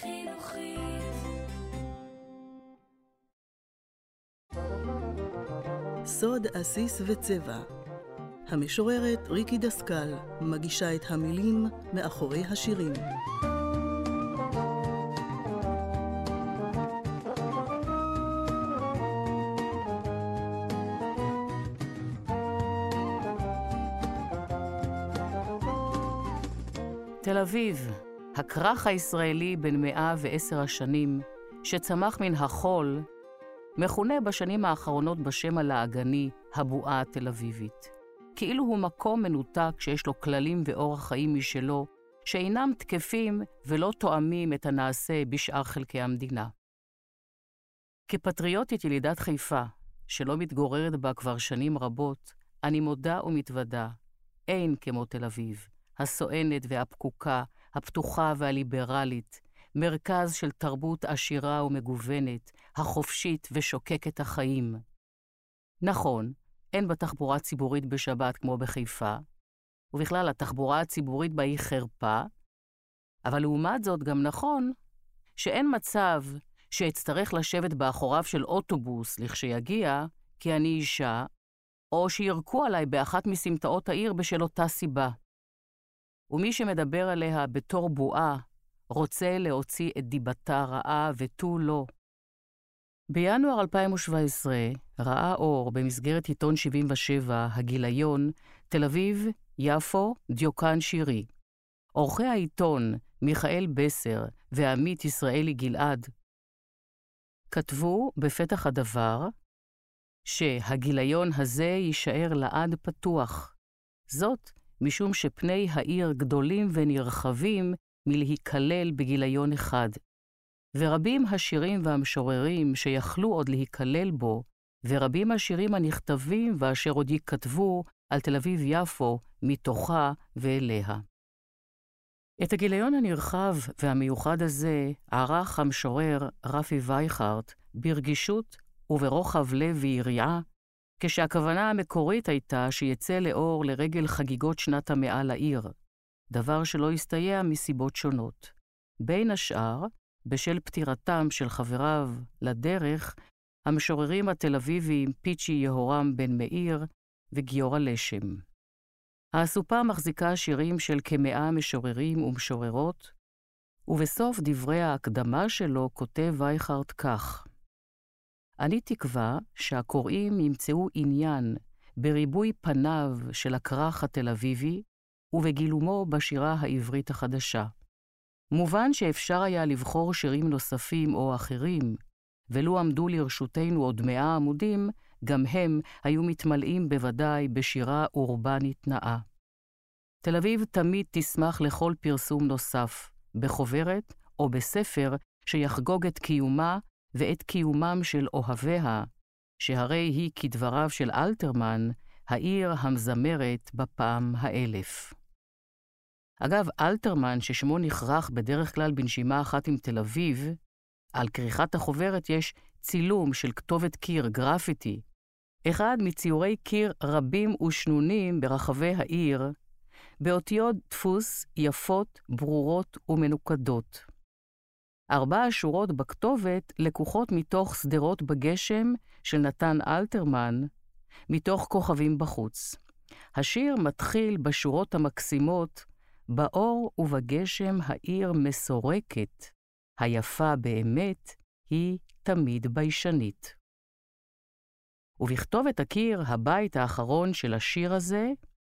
חינוכית. סוד עסיס וצבע. המשוררת ריקי דסקל מגישה את המילים מאחורי השירים. תל אביב, הכרך הישראלי בן 110 השנים, שצמח מן החול, מכונה בשנים האחרונות בשם הלעגני, הבועה התל אביבית. כאילו הוא מקום מנותק שיש לו כללים ואורח חיים משלו, שאינם תקפים ולא תואמים את הנעשה בשאר חלקי המדינה. כפטריוטית ילידת חיפה, שלא מתגוררת בה כבר שנים רבות, אני מודה ומתוודה, אין כמו תל אביב, הסואנת והפקוקה, הפתוחה והליברלית, מרכז של תרבות עשירה ומגוונת, החופשית ושוקקת החיים. נכון, אין בתחבורה ציבורית בשבת כמו בחיפה, ובכלל התחבורה הציבורית בה היא חרפה, אבל לעומת זאת גם נכון שאין מצב שאצטרך לשבת באחוריו של אוטובוס לכשיגיע, כי אני אישה, או שירקו עליי באחת מסמטאות העיר בשל אותה סיבה. ומי שמדבר עליה בתור בועה, רוצה להוציא את דיבתה רעה ותו לא. בינואר 2017 ראה אור במסגרת עיתון 77, הגיליון, תל אביב, יפו, דיוקן שירי. עורכי העיתון, מיכאל בסר ועמית ישראלי גלעד, כתבו בפתח הדבר שהגיליון הזה יישאר לעד פתוח. זאת משום שפני העיר גדולים ונרחבים מלהיכלל בגיליון אחד. ורבים השירים והמשוררים שיכלו עוד להיכלל בו, ורבים השירים הנכתבים ואשר עוד ייכתבו על תל אביב יפו מתוכה ואליה. את הגיליון הנרחב והמיוחד הזה ערך המשורר רפי וייכרט ברגישות וברוחב לב ויריעה, כשהכוונה המקורית הייתה שיצא לאור לרגל חגיגות שנת המאה לעיר, דבר שלא הסתייע מסיבות שונות. בין השאר, בשל פטירתם של חבריו לדרך, המשוררים התל אביביים פיצ'י יהורם בן מאיר וגיורא לשם. האסופה מחזיקה שירים של כ100 משוררים ומשוררות, ובסוף דברי ההקדמה שלו כותב וייכרט כך: אני תקווה שהקוראים ימצאו עניין בריבוי פניו של הכרך התל אביבי ובגילומו בשירה העברית החדשה. מובן שאפשר היה לבחור שירים נוספים או אחרים, ולו עמדו לרשותנו עוד 100 עמודים, גם הם היו מתמלאים בוודאי בשירה אורבנית נאה. תל אביב תמיד תשמח לכל פרסום נוסף, בחוברת או בספר שיחגוג את קיומה ואת קיומם של אוהביה, שהרי היא כדבריו של אלתרמן, העיר המזמרת בפעם 1000. אגב, אלתרמן, ששמו נכרך בדרך כלל בנשימה אחת עם תל אביב, על כריכת החוברת יש צילום של כתובת קיר, גרפיטי, אחד מציורי קיר רבים ושנונים ברחבי העיר, באותיות דפוס יפות, ברורות ומנוקדות. 4 שורות בכתובת לקוחות מתוך סדרות בגשם של נתן אלתרמן, מתוך כוכבים בחוץ. השיר מתחיל בשורות המקסימות, באור ובגשם העיר מסורקת, היפה באמת היא תמיד ביישנית. ובכתובת הקיר, הבית האחרון של השיר הזה,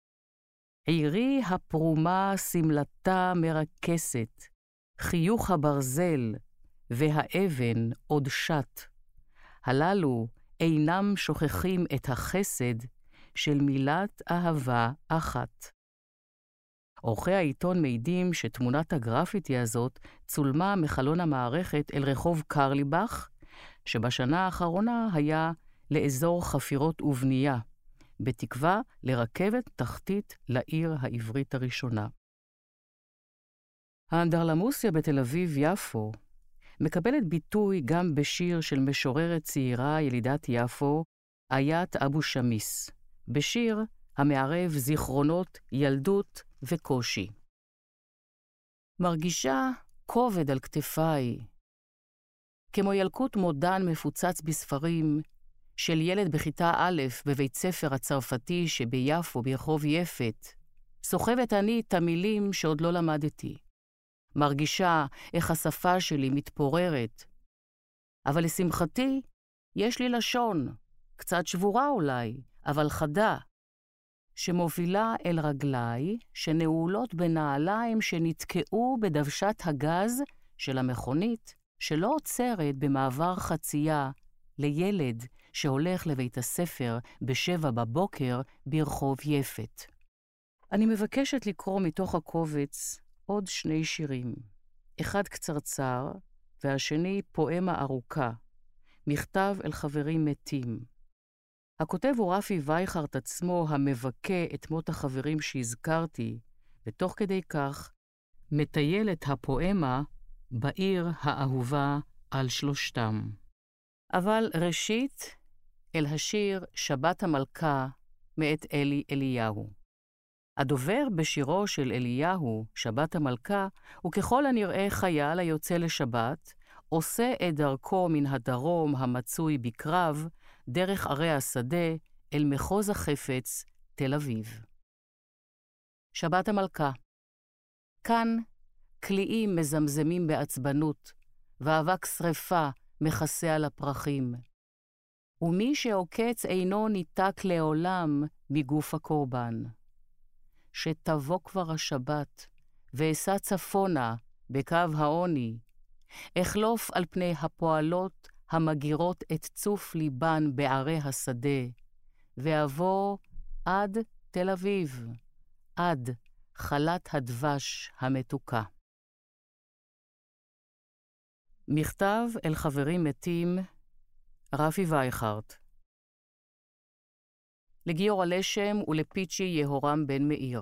עירי הפרומה סמלתה מרקסת, חיוך הברזל והאבן עוד שט. הללו אינם שוכחים את החסד של מילת אהבה אחת. עורכי העיתון מעידים שתמונת הגרפיטי הזאת צולמה מחלון המערכת אל רחוב קרליבך, שבשנה האחרונה היה לאזור חפירות ובנייה, בתקווה לרכבת תחתית לעיר העברית הראשונה. האנדרלמוסיה בתל אביב יפו מקבלת ביטוי גם בשיר של משוררת צעירה ילידת יפו, איית אבו שמיס, בשיר המערב זיכרונות, ילדות וקושי. מרגישה כובד על כתפיי. כמו ילקוט מודן מפוצץ בספרים של ילד בכיתה א' בבית ספר הצרפתי שביפו ברחוב יפת, סוחבת אני את המילים שעוד לא למדתי. מרגישה איך השפה שלי מתפוררת. אבל לשמחתי, יש לי לשון, קצת שבורה אולי, אבל חדה, שמובילה אל רגליי שנעולות בנעליים שנתקעו בדוושת הגז של המכונית, שלא עוצרת במעבר חצייה לילד שהולך לבית הספר ב7 בבוקר ברחוב יפת. אני מבקשת לקרוא מתוך הקובץ עוד 2 שירים, אחד קצרצר והשני פואמה ארוכה, מכתב אל חברים מתים. הכותב הוא רפי וייכרט עצמו המבכה את מות החברים שהזכרתי, ותוך כדי כך מטייל את הפואמה בעיר האהובה על שלושתם. אבל ראשית, אל השיר שבת המלכה מאת אלי אליהו. הדובר בשירו של אליהו, שבת המלכה, הוא ככל הנראה חייל היוצא לשבת, עושה את דרכו מן הדרום המצוי בקרב, דרך ערי השדה, אל מחוז החפץ, תל אביב. שבת המלכה. כאן קליעים מזמזמים בעצבנות, ואבק שרפה מכסה על הפרחים. ומי שעוקץ אינו ניתק לעולם מגוף הקורבן. שתבוא כבר השבת, ואסע צפונה בקו העוני, אחלוף על פני הפועלות המגירות את צוף ליבן בערי השדה, ואבוא עד תל אביב, עד חלת הדבש המתוקה. מכתב אל חברים מתים, רפי וייכרט. לגיורא לשם ולפיצ'י יהורם בן מאיר.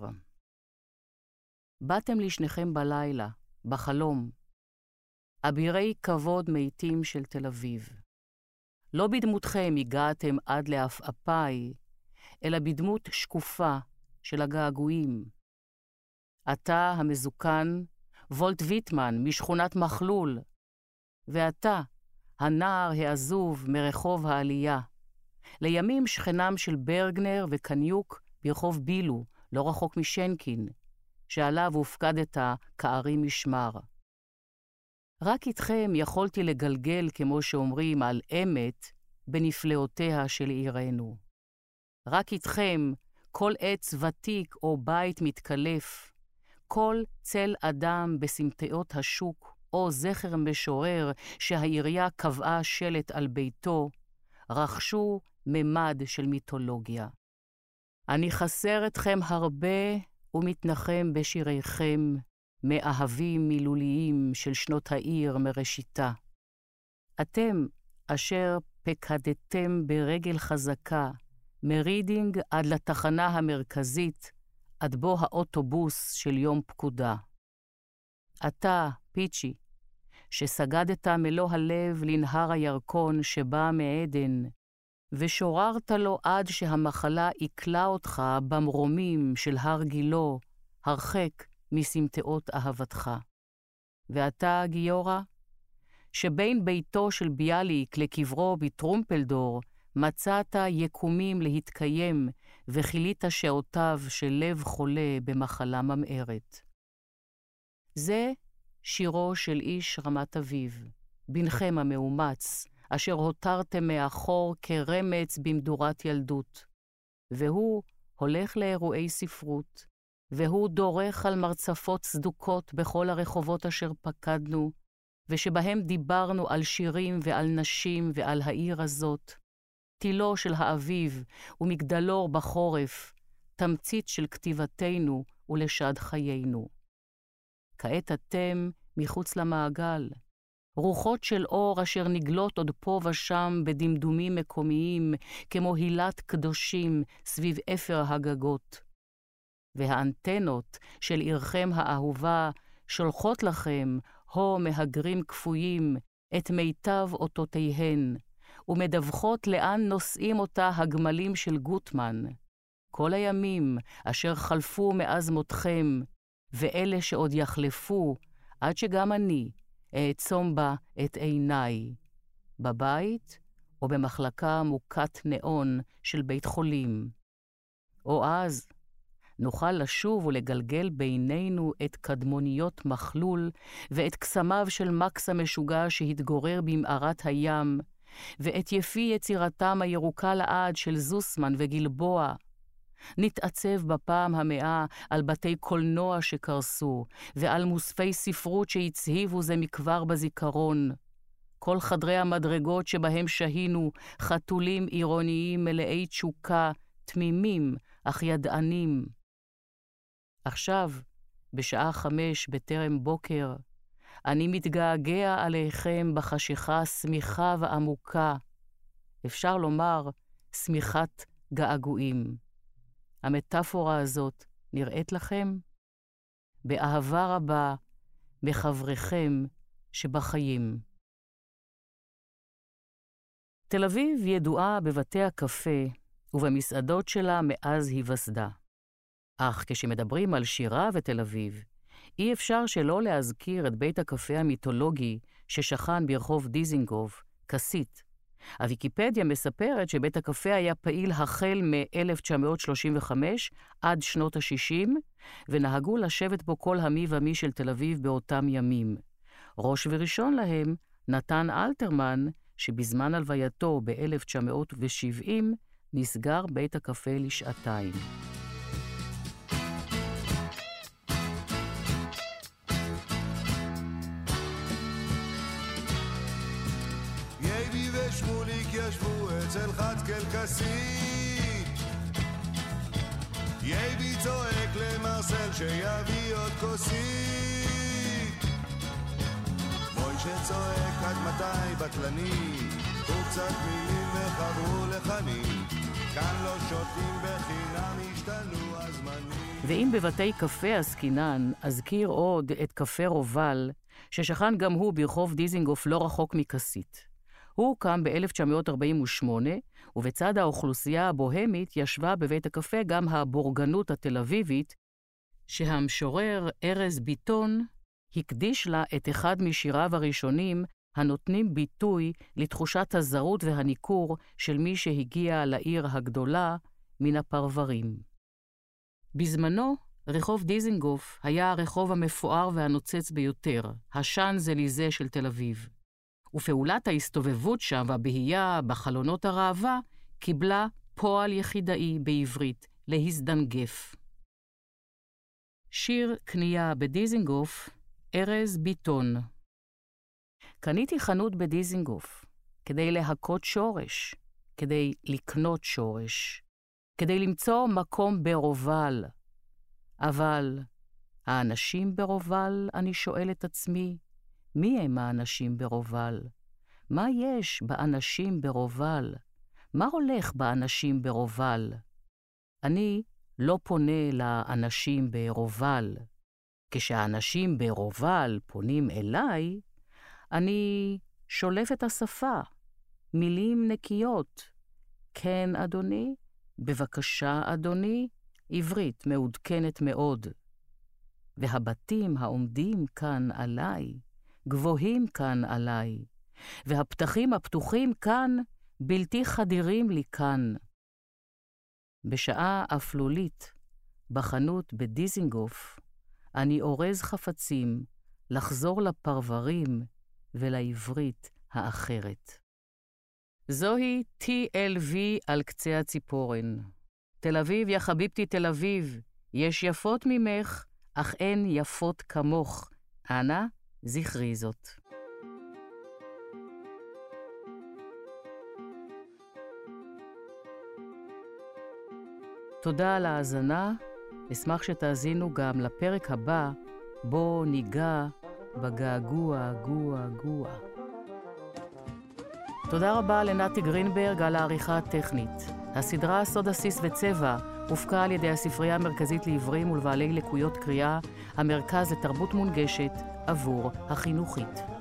באתם לשניכם בלילה, בחלום, אבירי כבוד מתים של תל אביב. לא בדמותכם הגעתם עד לעפעפיי, אלא בדמות שקופה של הגעגועים. אתה המזוקן, וולט ויטמן משכונת מחלול, ואתה, הנער העזוב מרחוב העלייה, לימים שכנם של ברגנר וקניוק ברחוב בילו, לא רחוק משנקין, שעליו הופקדת כערי משמר. רק איתכם יכולתי לגלגל, כמו שאומרים, על אמת בנפלאותיה של עירנו. רק איתכם כל עץ ותיק או בית מתקלף, כל צל אדם בסמטאות השוק, או זכר משורר שהעירייה קבעה שלט על ביתו, רכשו ממד של מיתולוגיה. אני חסר אתכם הרבה ומתנחם בשיריכם, מאהבים מילוליים של שנות העיר מראשיתה. אתם אשר פקדתם ברגל חזקה, מרידינג עד לתחנה המרכזית, עד בו האוטובוס של יום פקודה. אתה, פיצ'י, שסגדת מלוא הלב לנהר הירקון שבא מעדן, ושוררת לו עד שהמחלה עיקלה אותך במרומים של הר גילו, הרחק מסמטאות אהבתך. ואתה, גיורא, שבין ביתו של ביאליק לקברו בטרומפלדור, מצאת יקומים להתקיים, וחילית שעותיו של לב חולה במחלה ממארת. זה שירו של איש רמת אביב, בנכם המאומץ, אשר הותרתם מאחור כרמץ במדורת ילדות. והוא הולך לאירועי ספרות, והוא דורך על מרצפות סדוקות בכל הרחובות אשר פקדנו, ושבהם דיברנו על שירים ועל נשים ועל העיר הזאת, תילו של האביב ומגדלור בחורף, תמצית של כתיבתנו ולשד חיינו. כעת אתם מחוץ למעגל, רוחות של אור אשר נגלות עוד פה ושם בדמדומים מקומיים, כמו הילת קדושים סביב אפר הגגות. והאנטנות של עירכם האהובה שולחות לכם, הו מהגרים כפויים, את מיטב אותותיהן, ומדווחות לאן נושאים אותה הגמלים של גוטמן. כל הימים אשר חלפו מאז מותכם, ואלה שעוד יחלפו, עד שגם אני אעצום בה את עיניי, בבית או במחלקה מוכת נאון של בית חולים. או אז נוכל לשוב ולגלגל בינינו את קדמוניות מחלול ואת קסמיו של מקס המשוגע שהתגורר במערת הים, ואת יפי יצירתם הירוקה לעד של זוסמן וגלבוע. נתעצב בפעם המאה על בתי קולנוע שקרסו, ועל מוספי ספרות שהצהיבו זה מכבר בזיכרון. כל חדרי המדרגות שבהם שהינו, חתולים עירוניים מלאי תשוקה, תמימים אך ידענים. עכשיו, בשעה 5 בטרם בוקר, אני מתגעגע עליכם בחשיכה סמיכה ועמוקה. אפשר לומר, סמיכת געגועים. המטאפורה הזאת נראית לכם? באהבה רבה, מחבריכם שבחיים. תל אביב ידועה בבתי הקפה ובמסעדות שלה מאז היווסדה. אך כשמדברים על שירה ותל אביב, אי אפשר שלא להזכיר את בית הקפה המיתולוגי ששכן ברחוב דיזינגוף, כסית. הוויקיפדיה מספרת שבית הקפה היה פעיל החל מ-1935 עד שנות ה-60, ונהגו לשבת בו כל המי ומי של תל אביב באותם ימים. ראש וראשון להם, נתן אלתרמן, שבזמן הלווייתו ב-1970 נסגר בית הקפה לשעתיים. יייבי ושמוליק ישבו אצל חצקל כסית, יייבי צועק למרסל שיביא עוד כוסית, מוישה צועק עד מתי בטלני, וקצת מילים וחברו לחנים, כאן לא שותים בחינם השתנו הזמנים. ואם בבתי קפה עסקינן, אזכיר עוד את קפה רובל, ששכן גם הוא ברחוב דיזינגוף לא רחוק מכסית. הוא הוקם ב-1948, ובצד האוכלוסייה הבוהמית ישבה בבית הקפה גם הבורגנות התל אביבית, שהמשורר ארז ביטון הקדיש לה את אחד משיריו הראשונים, הנותנים ביטוי לתחושת הזרות והניכור של מי שהגיע לעיר הגדולה מן הפרברים. בזמנו, רחוב דיזינגוף היה הרחוב המפואר והנוצץ ביותר, השאנזליזה של תל אביב. ופעולת ההסתובבות שם והבהייה בחלונות הראווה קיבלה פועל יחידאי בעברית, להזדנגף. שיר קנייה בדיזינגוף, ארז ביטון. קניתי חנות בדיזינגוף כדי להכות שורש, כדי לקנות שורש, כדי למצוא מקום ברובל. אבל האנשים ברובל, אני שואל את עצמי, מי הם האנשים ברובל? מה יש באנשים ברובל? מה הולך באנשים ברובל? אני לא פונה לאנשים ברובל. כשהאנשים ברובל פונים אליי, אני שולף את השפה, מילים נקיות. כן, אדוני, בבקשה, אדוני, עברית מעודכנת מאוד. והבתים העומדים כאן עליי, גבוהים כאן עליי, והפתחים הפתוחים כאן בלתי חדירים לי כאן. בשעה אפלולית, בחנות בדיזינגוף, אני אורז חפצים לחזור לפרברים ולעברית האחרת. זוהי TLV על קצה הציפורן. תל אביב, יא חביבתי תל אביב, יש יפות ממך, אך אין יפות כמוך. אנא, זכרי זאת. תודה על ההאזנה, אשמח שתאזינו גם לפרק הבא, בו ניגע בגעגוע גוע גוע. תודה רבה לנתי גרינברג על העריכה הטכנית. הסדרה סוד עסיס וצבע הופקה על ידי הספרייה המרכזית לעיוורים ולבעלי לקויות קריאה, המרכז לתרבות מונגשת עבור החינוכית.